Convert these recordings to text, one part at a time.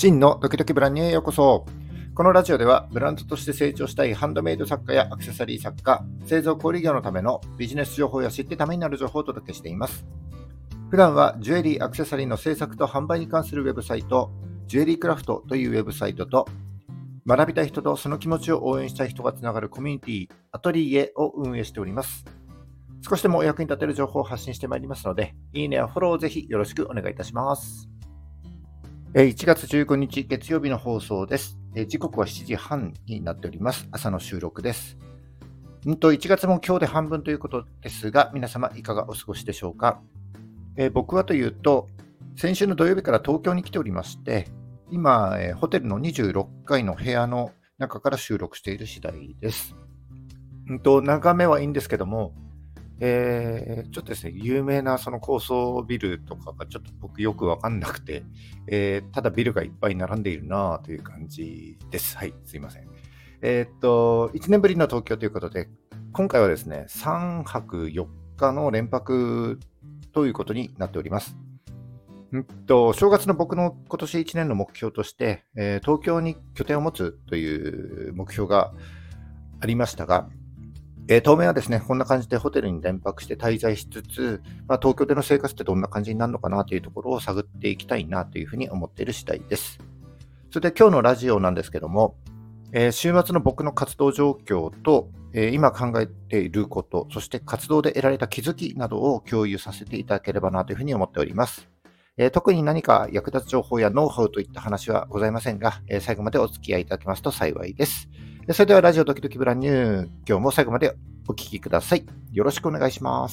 真のドキドキブランニューへようこそ。このラジオではブランドとして成長したいハンドメイド作家やアクセサリー作家、製造小売業のためのビジネス情報や知ってためになる情報をお届けしています。普段はジュエリー・アクセサリーの制作と販売に関するウェブサイト、ジュエリークラフトというウェブサイトと、学びたい人とその気持ちを応援したい人がつながるコミュニティ、アトリエを運営しております。少しでもお役に立てる情報を発信してまいりますので、いいねやフォローをぜひよろしくお願いいたします。1月15日月曜日の放送です。時刻は7時半になっております。朝の収録です。1月も今日で半分ということですが、皆様いかがお過ごしでしょうか。僕はというと、先週の土曜日から東京に来ておりまして、今、ホテルの26階の部屋の中から収録している次第です。眺めはいいんですけども、ちょっとですね、有名なその高層ビルとかがちょっと僕よくわかんなくて、ただビルがいっぱい並んでいるなという感じです。はい、すいません。1年ぶりの東京ということで、今回はですね、3泊4日の連泊ということになっております。正月の僕の今年1年の目標として、東京に拠点を持つという目標がありましたが、当面はですね、こんな感じでホテルに連泊して滞在しつつ、東京での生活ってどんな感じになるのかなというところを探っていきたいなというふうに思っている次第です。それで今日のラジオなんですけども、週末の僕の活動状況と、今考えていること、そして活動で得られた気づきなどを共有させていただければなというふうに思っております。特に何か役立つ情報やノウハウといった話はございませんが、最後までお付き合いいただけますと幸いです。それではラジオドキドキブランニュー、今日も最後までお聞きください。よろしくお願いします。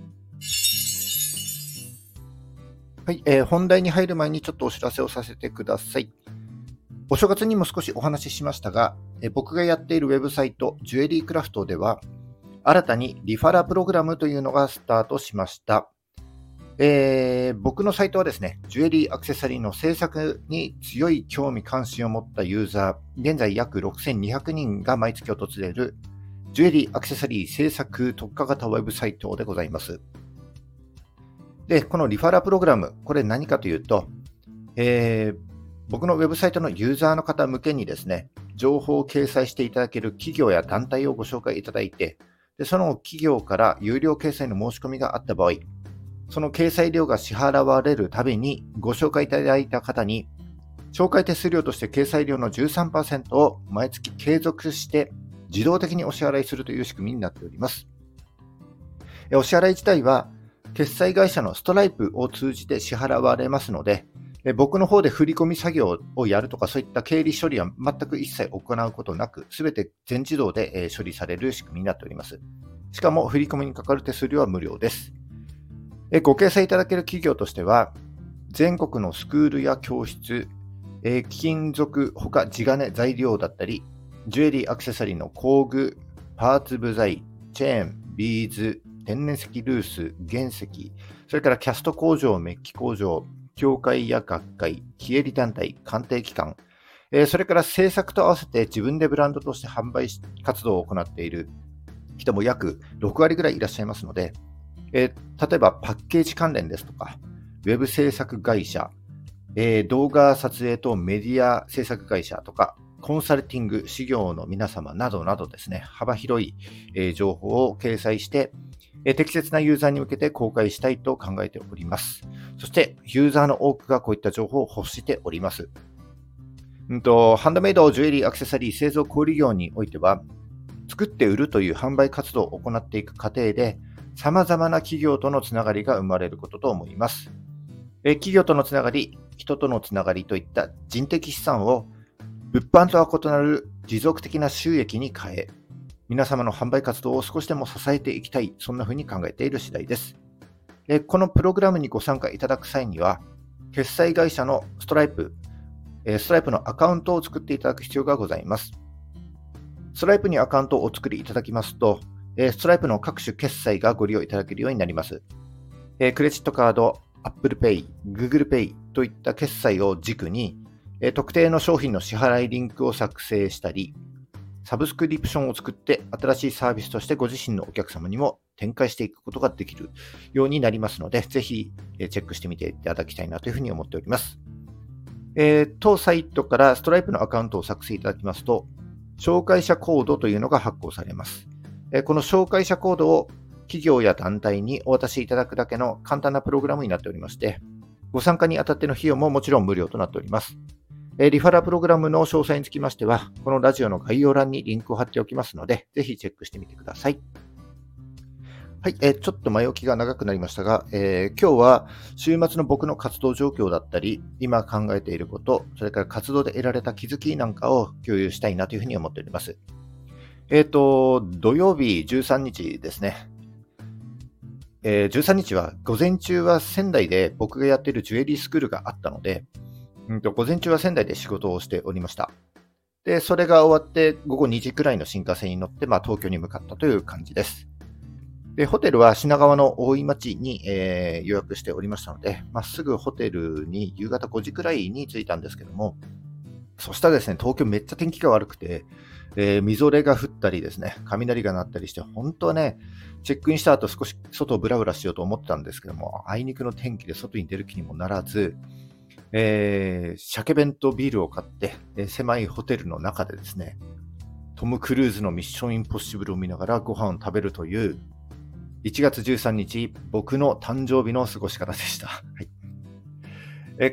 はい、本題に入る前にちょっとお知らせをさせてください。お正月にも少しお話ししましたが、僕がやっているウェブサイト、ジュエリークラフトでは、新たにリファラプログラムというのがスタートしました。僕のサイトはですね、ジュエリーアクセサリーの制作に強い興味関心を持ったユーザー、現在約6200人が毎月訪れるジュエリーアクセサリー制作特化型ウェブサイトでございます。で、このリファラプログラム、これ何かというと、僕のウェブサイトのユーザーの方向けにですね、情報を掲載していただける企業や団体をご紹介いただいて、でその企業から有料掲載の申し込みがあった場合、その掲載料が支払われるたびにご紹介いただいた方に、紹介手数料として掲載料の 13% を毎月継続して自動的にお支払いするという仕組みになっております。お支払い自体は決済会社のストライプを通じて支払われますので、僕の方で振込作業をやるとかそういった経理処理は全く一切行うことなく、すべて全自動で処理される仕組みになっております。しかも振込にかかる手数料は無料です。ご掲載いただける企業としては、全国のスクールや教室、金属ほか地金材料だったり、ジュエリーアクセサリーの工具、パーツ部材、チェーン、ビーズ、天然石ルース、原石、それからキャスト工場、メッキ工場、協会や学会、非営利団体、鑑定機関、それから制作と合わせて自分でブランドとして販売活動を行っている人も約6割ぐらいいらっしゃいますので、例えばパッケージ関連ですとか、ウェブ制作会社、動画撮影とメディア制作会社とか、コンサルティング、事業の皆様などなどですね、幅広い、情報を掲載して、適切なユーザーに向けて公開したいと考えております。そして、ユーザーの多くがこういった情報を欲しております。ハンドメイド、ジュエリー、アクセサリー、製造小売業においては、作って売るという販売活動を行っていく過程で、様々な企業とのつながりが生まれることと思います。企業とのつながり、人とのつながりといった人的資産を物販とは異なる持続的な収益に変え、皆様の販売活動を少しでも支えていきたい、そんな風に考えている次第です。このプログラムにご参加いただく際には、決済会社のストライプのアカウントを作っていただく必要がございます。ストライプにアカウントをお作りいただきますと、ストライプの各種決済がご利用いただけるようになります。クレジットカード、Apple Pay、Google Pay といった決済を軸に、特定の商品の支払いリンクを作成したり、サブスクリプションを作って新しいサービスとしてご自身のお客様にも展開していくことができるようになりますので、ぜひチェックしてみていただきたいなというふうに思っております。 当サイトからストライプのアカウントを作成いただきますと、紹介者コードというのが発行されます。この紹介者コードを企業や団体にお渡しいただくだけの簡単なプログラムになっておりまして、ご参加にあたっての費用ももちろん無料となっております。リファラプログラムの詳細につきましては、このラジオの概要欄にリンクを貼っておきますので、ぜひチェックしてみてください。はい、ちょっと前置きが長くなりましたが、今日は週末の僕の活動状況だったり、今考えていること、それから活動で得られた気づきなんかを共有したいなというふうに思っております。土曜日13日ですね。13日は午前中は仙台で僕がやっているジュエリースクールがあったので、午前中は仙台で仕事をしておりました。で、それが終わって午後2時くらいの新幹線に乗って、東京に向かったという感じです。で、ホテルは品川の大井町に、予約しておりましたので、すぐホテルに夕方5時くらいに着いたんですけども、そしたらですね、東京めっちゃ天気が悪くて、みぞれが降ったりですね、雷が鳴ったりして、本当はね、チェックインした後少し外をブラブラしようと思ってたんですけども、あいにくの天気で外に出る気にもならず、鮭弁とビールを買って、狭いホテルの中でですね、トム・クルーズのミッションインポッシブルを見ながらご飯を食べるという、1月13日、僕の誕生日の過ごし方でした。はい。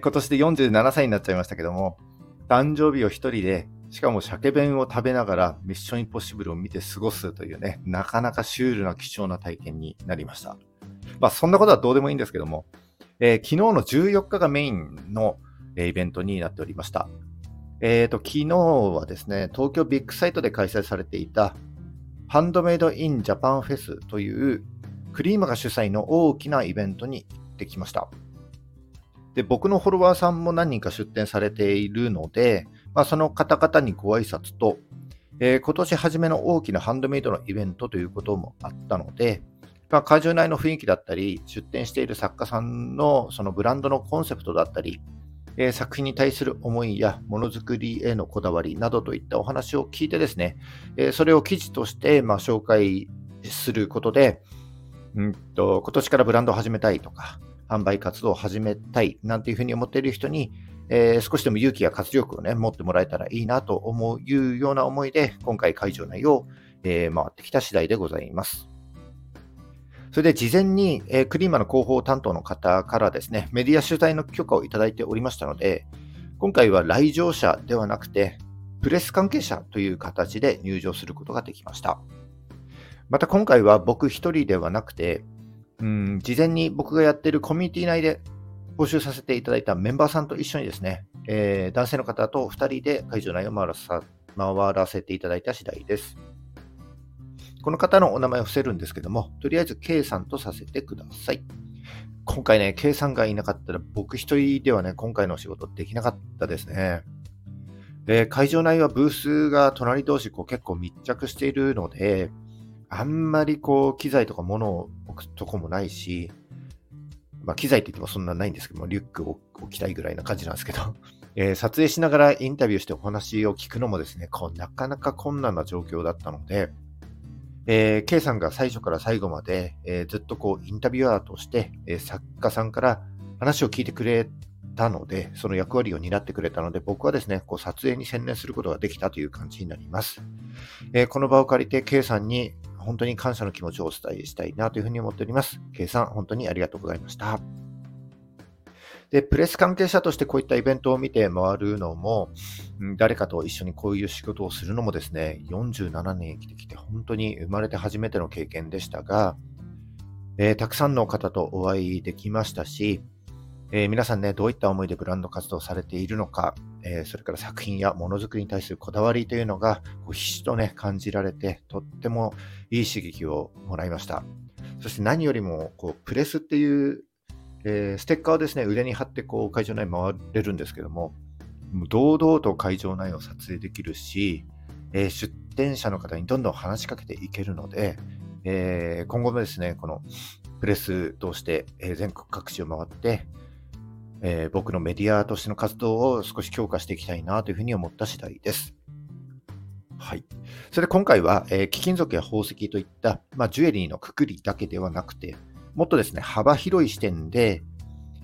今年で47歳になっちゃいましたけども、誕生日を一人で、しかも鮭弁を食べながらミッションインポッシブルを見て過ごすというね、なかなかシュールな貴重な体験になりました。そんなことはどうでもいいんですけども、昨日の14日がメインのイベントになっておりました。昨日はですね、東京ビッグサイトで開催されていたハンドメイドインジャパンフェスというクリームが主催の大きなイベントに行ってきました。で、僕のフォロワーさんも何人か出展されているので、その方々にご挨拶と、今年初めの大きなハンドメイドのイベントということもあったので、会場内の雰囲気だったり、出展している作家さんのそのブランドのコンセプトだったり、作品に対する思いやものづくりへのこだわりなどといったお話を聞いてですね、それを記事として紹介することで、今年からブランドを始めたいとか、販売活動を始めたいなんていうふうに思っている人に、少しでも勇気や活力をね、持ってもらえたらいいなというような思いで、今回会場内を、回ってきた次第でございます。それで事前に、クリーマの広報担当の方からですね、メディア取材の許可をいただいておりましたので、今回は来場者ではなくて、プレス関係者という形で入場することができました。また今回は僕一人ではなくて、事前に僕がやっているコミュニティ内で募集させていただいたメンバーさんと一緒にですね、男性の方と2人で会場内を回らせていただいた次第です。この方のお名前を伏せるんですけども、とりあえず K さんとさせてください。今回ね、K さんがいなかったら僕一人ではね、今回の仕事できなかったですね。会場内はブースが隣同士結構密着しているので、あんまり機材とか物を置くとこもないし、機材って言ってもそんなないんですけども、リュックを置きたいぐらいな感じなんですけど、撮影しながらインタビューしてお話を聞くのもですね、なかなか困難な状況だったので、K さんが最初から最後まで、ずっとインタビュアーとして、作家さんから話を聞いてくれたので、その役割を担ってくれたので、僕はですね、撮影に専念することができたという感じになります。この場を借りて K さんに本当に感謝の気持ちをお伝えしたいなというふうに思っております。K さん、本当にありがとうございました。で、プレス関係者としてこういったイベントを見て回るのも、誰かと一緒にこういう仕事をするのもですね、47年生きてきて本当に生まれて初めての経験でしたが、たくさんの方とお会いできましたし、皆さんね、どういった思いでブランド活動をされているのか、それから作品やものづくりに対するこだわりというのがひしとね、感じられて、とってもいい刺激をもらいました。そして何よりも、プレスっていうステッカーをですね、腕に貼って会場内回れるんですけども、堂々と会場内を撮影できるし、出展者の方にどんどん話しかけていけるので、今後もですね、このプレスとして、全国各地を回って、僕のメディアとしての活動を少し強化していきたいなというふうに思った次第です。はい。それで今回は、貴金属や宝石といった、ジュエリーのくくりだけではなくて、もっとですね、幅広い視点で、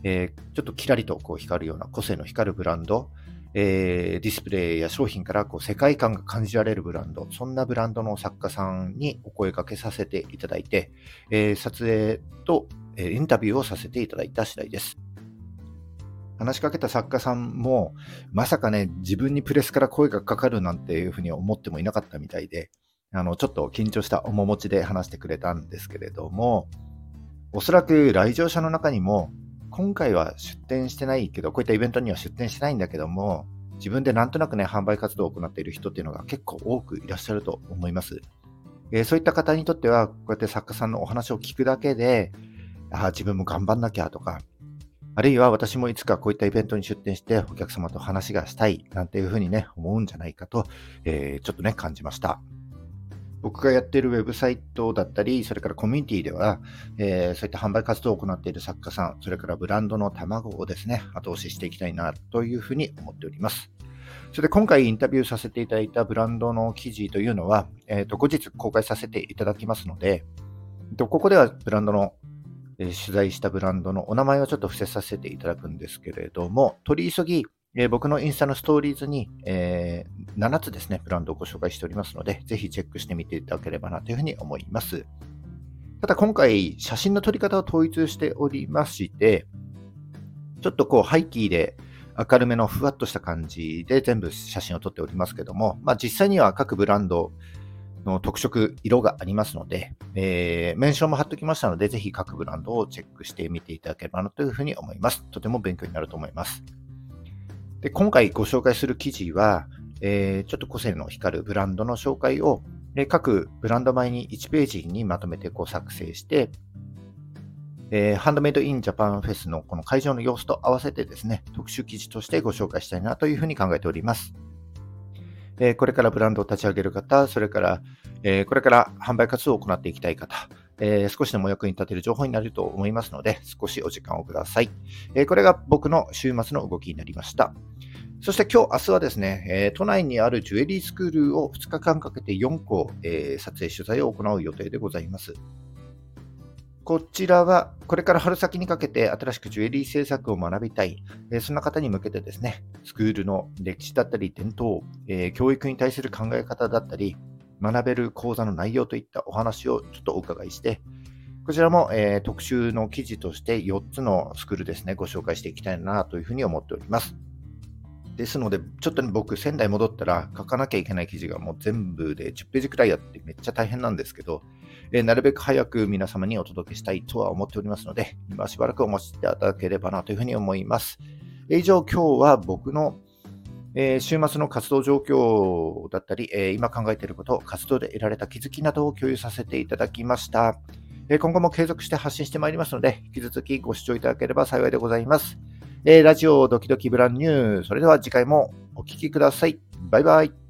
ちょっとキラリと光るような個性の光るブランド、ディスプレイや商品から世界観が感じられるブランド、そんなブランドの作家さんにお声掛けさせていただいて、撮影とインタビューをさせていただいた次第です。話しかけた作家さんも、まさかね、自分にプレスから声がかかるなんていうふうに思ってもいなかったみたいで、ちょっと緊張した面持ちで話してくれたんですけれども、おそらく来場者の中にも、今回は出店してないけど、こういったイベントには出店してないんだけども、自分でなんとなくね、販売活動を行っている人っていうのが結構多くいらっしゃると思います。そういった方にとっては、こうやって作家さんのお話を聞くだけで、自分も頑張んなきゃとか、あるいは私もいつかこういったイベントに出店してお客様と話がしたいなんていうふうにね、思うんじゃないかと、ちょっとね、感じました。僕がやっているウェブサイトだったり、それからコミュニティでは、そういった販売活動を行っている作家さん、それからブランドの卵をですね、後押ししていきたいなというふうに思っております。それで今回インタビューさせていただいたブランドの記事というのは、後日公開させていただきますので、ここではブランドの取材したブランドのお名前をちょっと伏せさせていただくんですけれども、取り急ぎ、僕のインスタのストーリーズに、7つですね、ブランドをご紹介しておりますので、ぜひチェックしてみていただければなというふうに思います。ただ今回、写真の撮り方を統一しておりまして、ちょっとハイキーで明るめのふわっとした感じで全部写真を撮っておりますけども、実際には各ブランドの特色、色がありますので、メンションも貼っておきましたので、ぜひ各ブランドをチェックしてみていただければなというふうに思います。とても勉強になると思います。で、今回ご紹介する記事は、ちょっと個性の光るブランドの紹介を、各ブランド前に1ページにまとめて作成して、ハンドメイドインジャパンフェスのこの会場の様子と合わせてですね、特集記事としてご紹介したいなというふうに考えております。これからブランドを立ち上げる方、それから、これから販売活動を行っていきたい方、少しでも役に立てる情報になると思いますので、少しお時間をください。これが僕の週末の動きになりました。そして今日、明日はですね、都内にあるジュエリースクールを2日間かけて4校、撮影取材を行う予定でございます。こちらは、これから春先にかけて新しくジュエリー制作を学びたい、そんな方に向けてですね、スクールの歴史だったり伝統、教育に対する考え方だったり、学べる講座の内容といったお話をちょっとお伺いして、こちらも、特集の記事として4つのスクールですね、ご紹介していきたいなというふうに思っております。ですので、ちょっとね、僕、仙台戻ったら書かなきゃいけない記事がもう全部で10ページくらいあってめっちゃ大変なんですけど、なるべく早く皆様にお届けしたいとは思っておりますので、今しばらくお待ちいただければなというふうに思います。以上、今日は僕の、週末の活動状況だったり、今考えていること、活動で得られた気づきなどを共有させていただきました。今後も継続して発信してまいりますので、引き続きご視聴いただければ幸いでございます。ラジオドキドキブランニュー。それでは次回もお聞きください。バイバイ。